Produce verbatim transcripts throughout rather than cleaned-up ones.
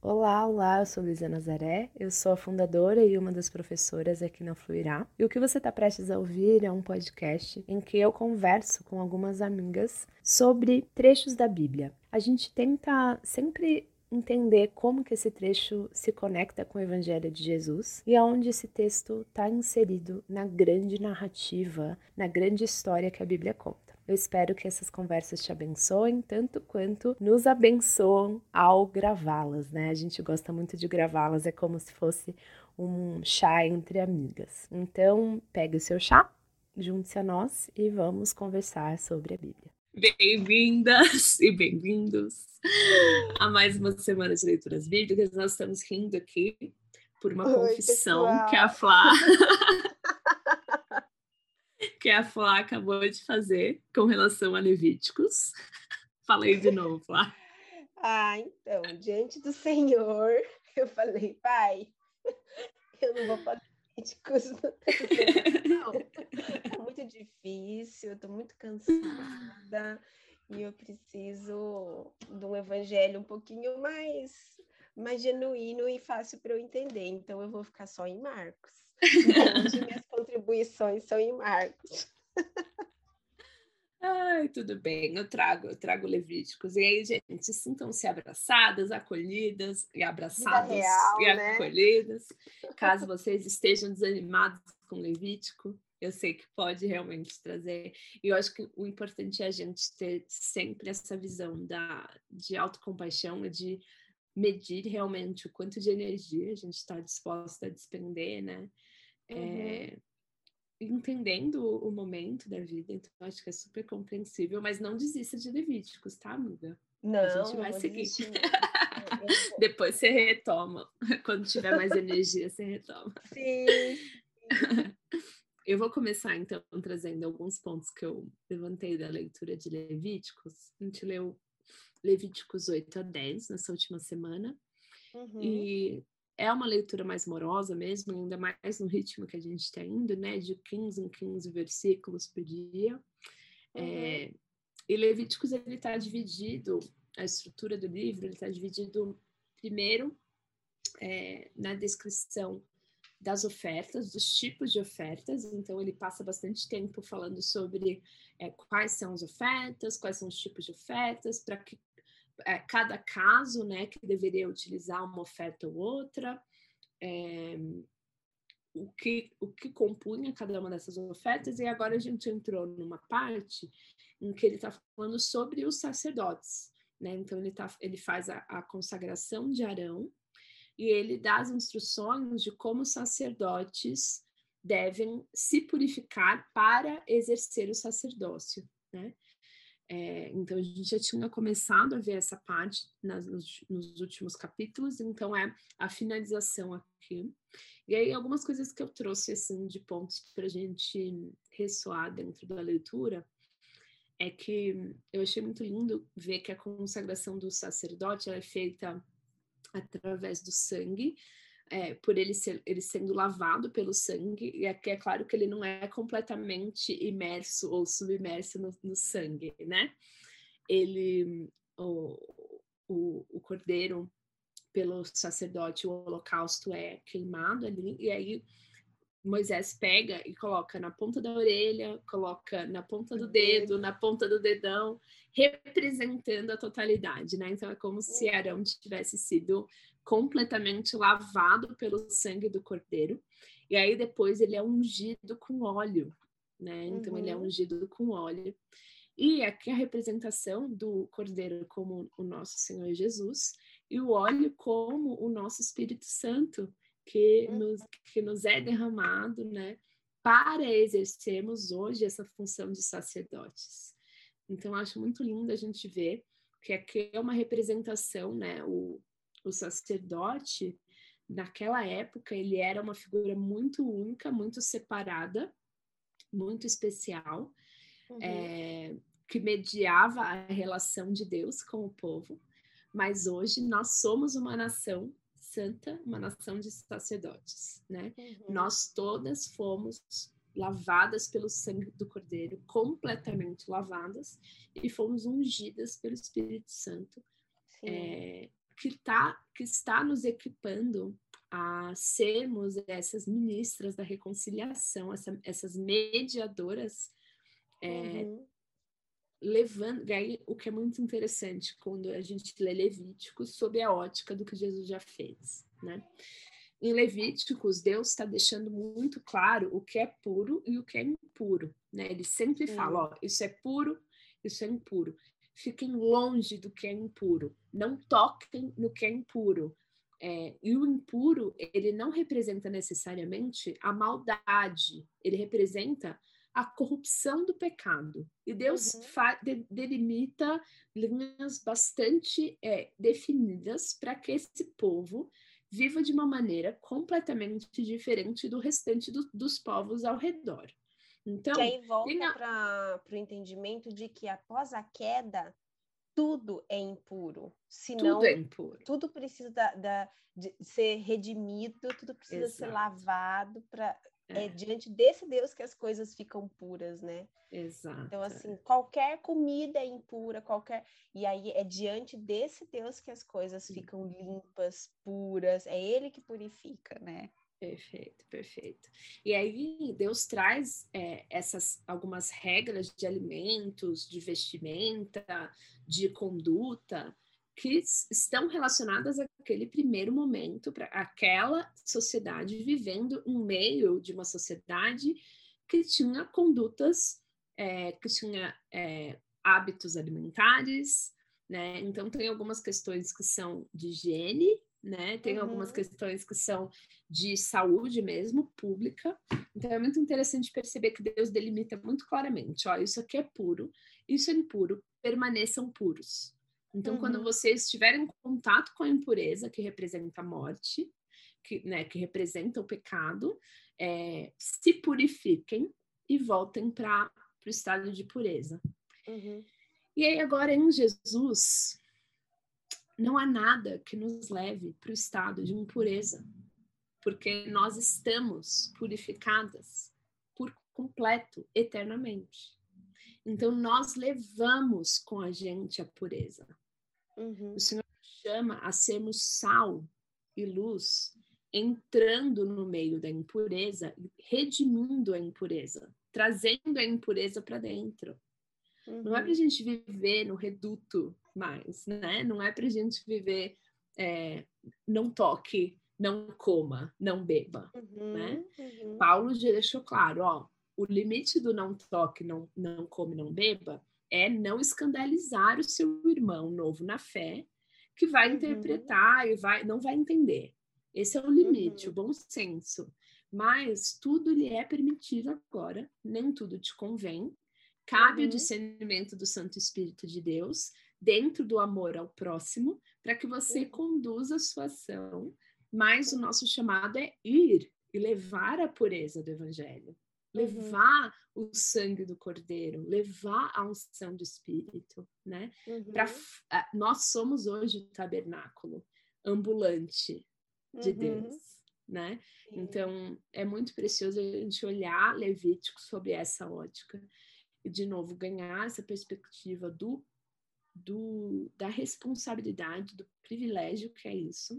Olá, olá, eu sou Luísa Nazaré, eu sou a fundadora e uma das professoras aqui na Fluirá. E o que você está prestes a ouvir é um podcast em que eu converso com algumas amigas sobre trechos da Bíblia. A gente tenta sempre entender como que esse trecho se conecta com o Evangelho de Jesus e aonde esse texto está inserido na grande narrativa, na grande história que a Bíblia conta. Eu espero que essas conversas te abençoem, tanto quanto nos abençoam ao gravá-las, né? A gente gosta muito de gravá-las, é como se fosse um chá entre amigas. Então, pegue o seu chá, junte-se a nós e vamos conversar sobre a Bíblia. Bem-vindas e bem-vindos a mais uma semana de leituras bíblicas. Nós estamos rindo aqui por uma Oi, confissão pessoal. que a Flá que a Flá acabou de fazer com relação a Levíticos. Falei de novo, Flá. Ah, então, diante do Senhor, eu falei, pai, eu não vou fazer Levíticos essa semana, não. Tá muito difícil, eu tô muito cansada e eu preciso de um evangelho um pouquinho mais, mais genuíno e fácil para eu entender. Então, eu vou ficar só em Marcos. Então, hoje minhas contribuições são em Marcos. Ai, tudo bem, eu trago, eu trago Levíticos. E aí, gente, sintam-se abraçadas, acolhidas e abraçados real, e né? acolhidas. Caso vocês estejam desanimados com Levítico, eu sei que pode realmente trazer. E eu acho que o importante é a gente ter sempre essa visão da, de autocompaixão e de medir realmente o quanto de energia a gente está disposta a despender, né? Uhum. É, entendendo o momento da vida, então acho que é super compreensível, mas não desista de Levíticos, tá, amiga? Não, a gente não vai vou seguir. desistir, não. Eu vou... Depois você retoma. Quando tiver mais energia, você retoma. Sim, sim. Eu vou começar, então, trazendo alguns pontos que eu levantei da leitura de Levíticos. A gente leu Levíticos oito a dez nessa última semana. Uhum. E é uma leitura mais morosa mesmo, ainda mais no ritmo que a gente está indo, né? De quinze em quinze versículos por dia. Uhum. É, e Levíticos, ele está dividido, a estrutura do livro, ele está dividido primeiro é, na descrição das ofertas, dos tipos de ofertas. Então, ele passa bastante tempo falando sobre é, quais são as ofertas, quais são os tipos de ofertas, para que é, cada caso, né, que deveria utilizar uma oferta ou outra, é, o, que, o que compunha cada uma dessas ofertas. E agora a gente entrou numa parte em que ele está falando sobre os sacerdotes, né? Então ele, tá, ele faz a, a consagração de Arão e ele dá as instruções de como os sacerdotes devem se purificar para exercer o sacerdócio, né? É, então, a gente já tinha começado a ver essa parte nas, nos, nos últimos capítulos, então é a finalização aqui. E aí, algumas coisas que eu trouxe, assim, de pontos para a gente ressoar dentro da leitura, é que eu achei muito lindo ver que a consagração do sacerdote ela é feita através do sangue, é, por ele, ser, ele sendo lavado pelo sangue, e aqui é claro que ele não é completamente imerso ou submerso no, no sangue, né? Ele, o, o, o cordeiro, pelo sacerdote, o holocausto é queimado ali, e aí Moisés pega e coloca na ponta da orelha, coloca na ponta do dedo, na ponta do dedão, representando a totalidade, né? Então é como se Arão tivesse sido completamente lavado pelo sangue do cordeiro, e aí depois ele é ungido com óleo, né? Então uhum. ele é ungido com óleo. E aqui a representação do cordeiro como o nosso Senhor Jesus, e o óleo como o nosso Espírito Santo, que nos, que nos é derramado, né, para exercermos hoje essa função de sacerdotes. Então, acho muito lindo a gente ver que aqui é uma representação, né, o, o sacerdote, naquela época, ele era uma figura muito única, muito separada, muito especial, uhum. é, que mediava a relação de Deus com o povo, mas hoje nós somos uma nação santa, uma nação de sacerdotes, né? Uhum. Nós todas fomos lavadas pelo sangue do Cordeiro, completamente lavadas, e fomos ungidas pelo Espírito Santo é, que, tá, que está nos equipando a sermos essas ministras da reconciliação, essa, essas mediadoras, é, Uhum. levando, e aí, o que é muito interessante quando a gente lê Levíticos sob a ótica do que Jesus já fez, né? Em Levíticos, Deus está deixando muito claro o que é puro e o que é impuro, né? Ele sempre Sim. fala, ó, isso é puro, isso é impuro. Fiquem longe do que é impuro, não toquem no que é impuro. É, e o impuro, ele não representa necessariamente a maldade, ele representa a corrupção do pecado. E Deus Uhum. fa- de- delimita linhas bastante é, definidas para que esse povo viva de uma maneira completamente diferente do restante do, dos povos ao redor. Então, Que aí volta a... para o entendimento de que após a queda, tudo é impuro. tudo é Senão, impuro. tudo precisa da, da, de ser redimido, tudo precisa Exato. ser lavado para É. é diante desse Deus que as coisas ficam puras, né? Exato. Então, assim, qualquer comida é impura, qualquer... E aí é diante desse Deus que as coisas ficam limpas, puras. É Ele que purifica, né? Perfeito, perfeito. E aí Deus traz é, essas algumas regras de alimentos, de vestimenta, de conduta, que estão relacionadas àquele primeiro momento, para aquela sociedade vivendo no meio de uma sociedade que tinha condutas, é, que tinha é, hábitos alimentares, né? Então tem algumas questões que são de higiene, né? Tem Uhum. algumas questões que são de saúde mesmo, pública. Então é muito interessante perceber que Deus delimita muito claramente, ó, isso aqui é puro, isso é impuro, permaneçam puros. Então, uhum. Quando vocês estiverem em contato com a impureza, que representa a morte, que, né, que representa o pecado, é, se purifiquem e voltem para o estado de pureza. Uhum. E aí agora em Jesus, não há nada que nos leve para o estado de impureza, porque nós estamos purificadas por completo, eternamente. Então, nós levamos com a gente a pureza. Uhum. O Senhor nos chama a sermos sal e luz, entrando no meio da impureza, redimindo a impureza, trazendo a impureza para dentro. Uhum. Não é para a gente viver no reduto mais, né? Não é para a gente viver, é, não toque, não coma, não beba, uhum, né? Uhum. Paulo já deixou claro, ó, o limite do não toque, não, não come, não beba é não escandalizar o seu irmão novo na fé, que vai, uhum, interpretar e vai, não vai entender. Esse é o limite, uhum, o bom senso. Mas tudo lhe é permitido agora, nem tudo te convém. Cabe, uhum, o discernimento do Santo Espírito de Deus dentro do amor ao próximo, para que você, uhum, conduza a sua ação, mas o nosso chamado é ir e levar a pureza do Evangelho, levar, uhum, o sangue do Cordeiro, levar a unção do Espírito, né? Uhum. Pra, nós somos hoje o tabernáculo ambulante de, uhum, Deus, né? Sim. Então, é muito precioso a gente olhar Levítico sob essa ótica e, de novo, ganhar essa perspectiva do, do, da responsabilidade, do privilégio que é isso.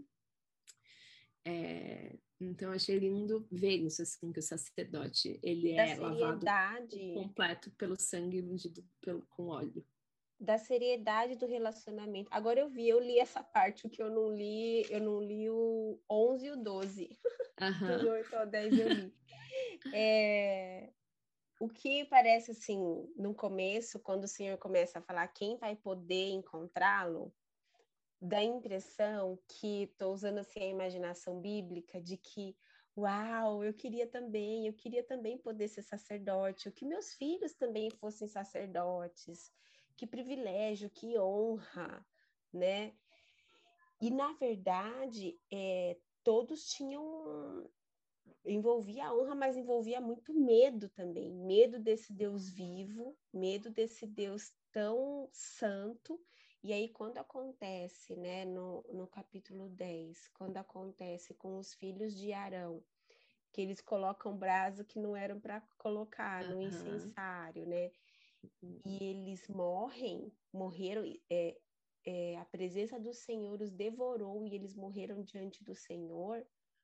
É, então, achei lindo ver isso, assim, que o sacerdote, ele da é lavado seriedade, completo pelo sangue ungido pelo, com óleo. Da seriedade do relacionamento. Agora eu vi, eu li essa parte, o que eu não li, eu não li o onze e o doze. Uhum. Do oito ao dez eu li. É... O que parece, assim, no começo, quando o Senhor começa a falar quem vai poder encontrá-lo, dá a impressão que, estou usando assim a imaginação bíblica, de que, uau, eu queria também, eu queria também poder ser sacerdote, ou que meus filhos também fossem sacerdotes, que privilégio, que honra, né? E, na verdade, é, todos tinham... envolvia a honra, mas envolvia muito medo também, medo desse Deus vivo, medo desse Deus tão santo. E aí, quando acontece, né, no, no capítulo dez, quando acontece com os filhos de Arão, que eles colocam brasa que não eram para colocar no, uhum, incensário, né, uhum, e eles morrem, morreram, é, é, é, a presença do Senhor os devorou e eles morreram diante do Senhor,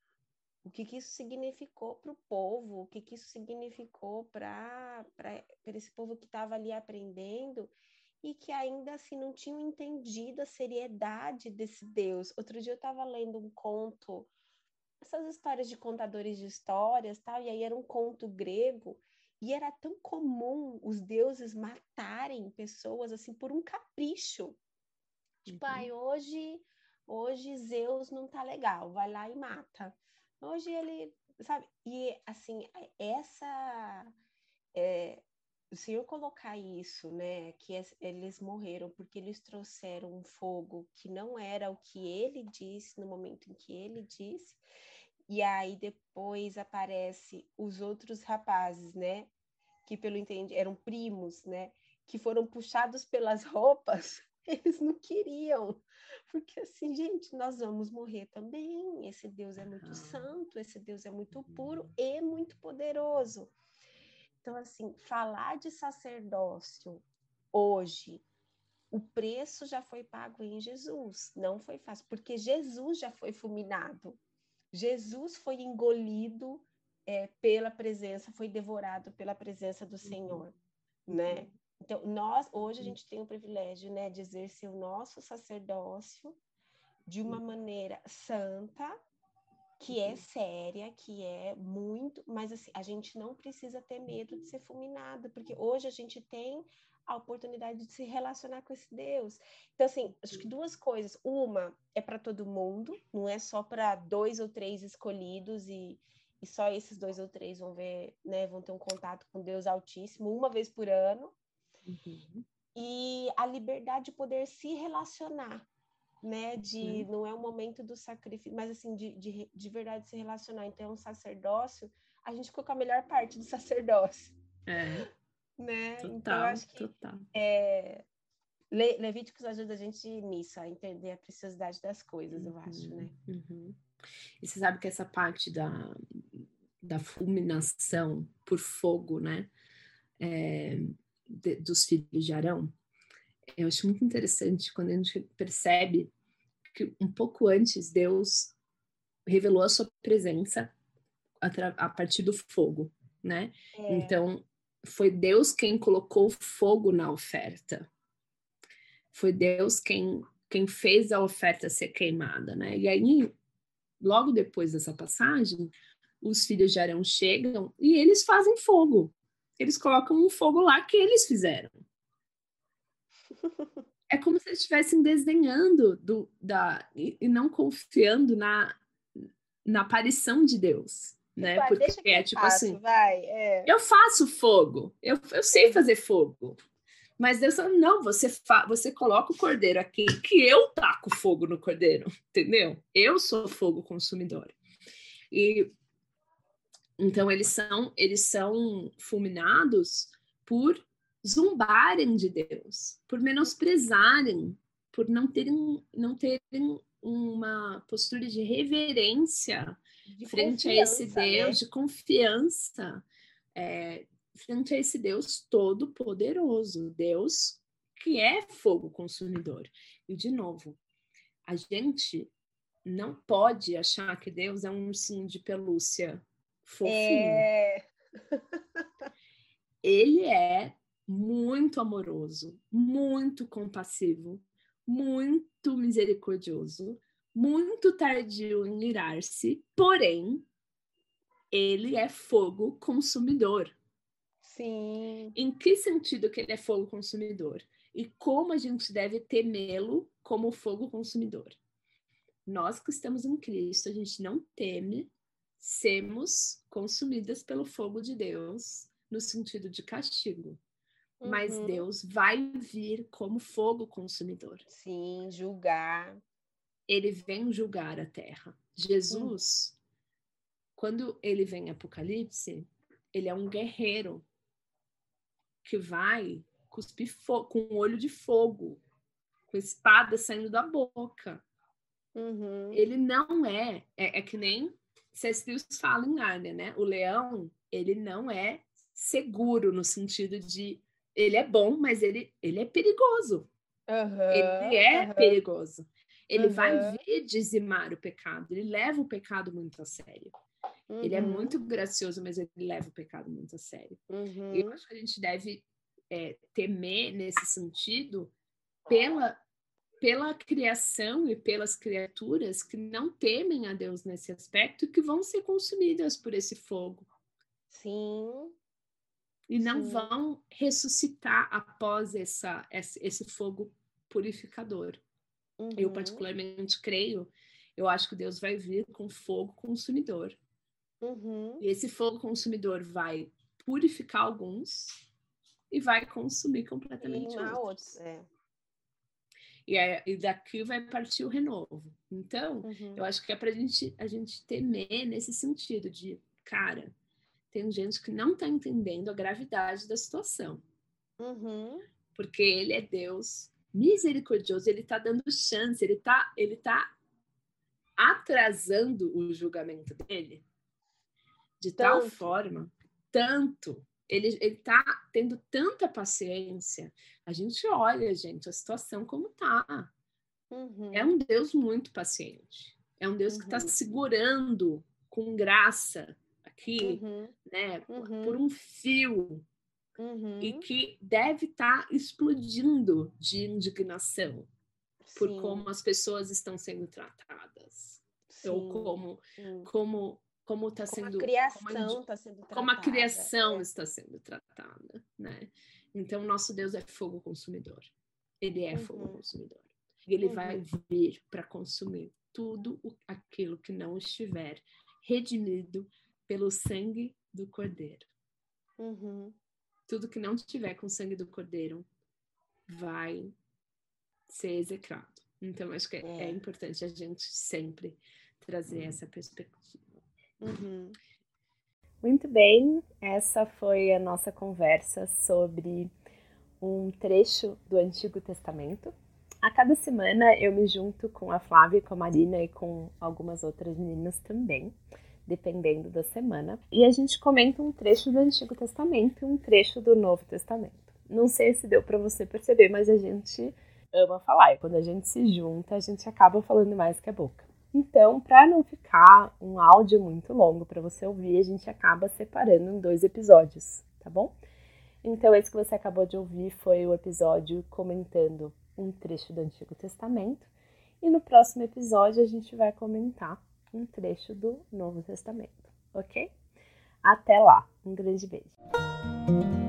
o que, que isso significou para o povo, o que, que isso significou para esse povo que estava ali aprendendo e que ainda assim não tinham entendido a seriedade desse Deus. Outro dia eu estava lendo um conto, essas histórias de contadores de histórias, tal, e aí era um conto grego, e era tão comum os deuses matarem pessoas assim por um capricho. Tipo, Uhum. ai, hoje, hoje Zeus não tá legal, vai lá e mata. Hoje ele, sabe? E assim, essa... É, o Senhor colocar isso, né, que es- eles morreram porque eles trouxeram um fogo que não era o que ele disse no momento em que ele disse, e aí depois aparece os outros rapazes, né, que pelo entendi eram primos, né, que foram puxados pelas roupas, eles não queriam, porque assim, gente, nós vamos morrer também, esse Deus é muito Ah. santo, esse Deus é muito puro e muito poderoso. Então, assim, falar de sacerdócio hoje, o preço já foi pago em Jesus, não foi fácil, porque Jesus já foi fulminado, Jesus foi engolido é, pela presença, foi devorado pela presença do Senhor, Uhum. né? Então, nós, hoje a gente tem o privilégio, né, de exercer o nosso sacerdócio de uma maneira santa, que é séria, que é muito, mas assim, a gente não precisa ter medo de ser fulminado, porque hoje a gente tem a oportunidade de se relacionar com esse Deus. Então, assim, acho que duas coisas. Uma é para todo mundo, não é só para dois ou três escolhidos e, e só esses dois ou três vão ver, né, vão ter um contato com Deus Altíssimo uma vez por ano. Uhum. E a liberdade de poder se relacionar, né, de, Uhum. não é o momento do sacrifício, mas assim, de, de, de verdade se relacionar. Então, o sacerdócio, a gente ficou com a melhor parte do sacerdócio, É, né? Então, eu total, acho que total. é, Le, Levíticos ajuda a gente nisso, a entender a preciosidade das coisas, eu acho, né? Uhum. Uhum. E você sabe que essa parte da, da fulminação por fogo, né, é, de, dos filhos de Arão, eu acho muito interessante quando a gente percebe que um pouco antes Deus revelou a sua presença a, a partir do fogo, né? É. Então, foi Deus quem colocou fogo na oferta. Foi Deus quem, quem fez a oferta ser queimada, né? E aí, logo depois dessa passagem, os filhos de Arão chegam e eles fazem fogo. Eles colocam um fogo lá que eles fizeram. É como se eles estivessem desdenhando do, da, e, e não confiando na, na aparição de Deus, Tipo, né? ah, Porque deixa que é eu tipo faço, assim, vai. É. eu faço fogo, eu, eu sei fazer fogo. Mas Deus falou, não, você, fa você coloca o cordeiro aqui, que eu taco fogo no cordeiro, entendeu? Eu sou fogo consumidor. E então eles são, eles são fulminados por zombarem de Deus, por menosprezarem, por não terem, não terem uma postura de reverência De frente a esse confiança, Deus, né? de confiança, é, frente a esse Deus todo-poderoso, Deus que é fogo consumidor. E, de novo, a gente não pode achar que Deus é um ursinho de pelúcia fofinho. É... Ele é muito amoroso, muito compassivo, muito misericordioso, muito tardio em irar-se, porém, ele é fogo consumidor. Sim. Em que sentido que ele é fogo consumidor? E como a gente deve temê-lo como fogo consumidor? Nós que estamos em Cristo, a gente não teme sermos consumidas pelo fogo de Deus no sentido de castigo. Uhum. Mas Deus vai vir como fogo consumidor. Sim, julgar. Ele vem julgar a terra. Jesus, hum. quando ele vem em Apocalipse, ele é um guerreiro que vai cuspir fogo, com um olho de fogo, com espada saindo da boca. Uhum. Ele não é, é, é que nem C S. Lewis fala em Nárnia, né? O leão, ele não é seguro no sentido de, ele é bom, mas ele, ele é perigoso. Uhum, ele é uhum, perigoso. Ele uhum, vai vir dizimar o pecado. Ele leva o pecado muito a sério. uhum, Ele é muito gracioso, mas ele leva o pecado muito a sério. uhum, E eu acho que a gente deve é, temer nesse sentido pela, pela criação e pelas criaturas que não temem a Deus nesse aspecto e que vão ser consumidas por esse fogo. Sim. E não Sim. vão ressuscitar após essa, esse fogo purificador. Uhum. Eu particularmente creio, eu acho que Deus vai vir com fogo consumidor. Uhum. E esse fogo consumidor vai purificar alguns e vai consumir completamente outros. outros. É. E, é, e daqui vai partir o renovo. Então, uhum. eu acho que é para gente, a gente temer nesse sentido de, cara, tem gente que não está entendendo a gravidade da situação. Uhum. Porque ele é Deus misericordioso, ele está dando chance, ele está ele tá atrasando o julgamento dele de tanto. Tal forma, tanto, ele está tendo tanta paciência. A gente olha, gente, a situação como tá. Uhum. É um Deus muito paciente. É um Deus uhum. que está segurando com graça aqui, uhum. né, uhum. por um fio. Uhum. E que deve estar tá explodindo de indignação Sim. por como as pessoas estão sendo tratadas. Sim. Ou como Sim. como como está sendo a criação está sendo tratada. Como a criação é. está sendo tratada, né? Então nosso Deus é fogo consumidor. Ele é uhum. fogo consumidor. E ele uhum. vai vir para consumir tudo aquilo que não estiver redimido pelo sangue do Cordeiro. Uhum. Tudo que não tiver com o sangue do Cordeiro vai ser execrado. Então, acho que é, é importante a gente sempre trazer essa perspectiva. Uhum. Muito bem, essa foi a nossa conversa sobre um trecho do Antigo Testamento. A cada semana eu me junto com a Flávia, com a Marina e com algumas outras meninas também, dependendo da semana. E a gente comenta um trecho do Antigo Testamento e um trecho do Novo Testamento. Não sei se deu para você perceber, mas a gente ama falar. E quando a gente se junta, a gente acaba falando mais que a boca. Então, para não ficar um áudio muito longo para você ouvir, a gente acaba separando em dois episódios, tá bom? Então, esse que você acabou de ouvir foi o episódio comentando um trecho do Antigo Testamento. E no próximo episódio a gente vai comentar um trecho do Novo Testamento, ok? Até lá, um grande beijo.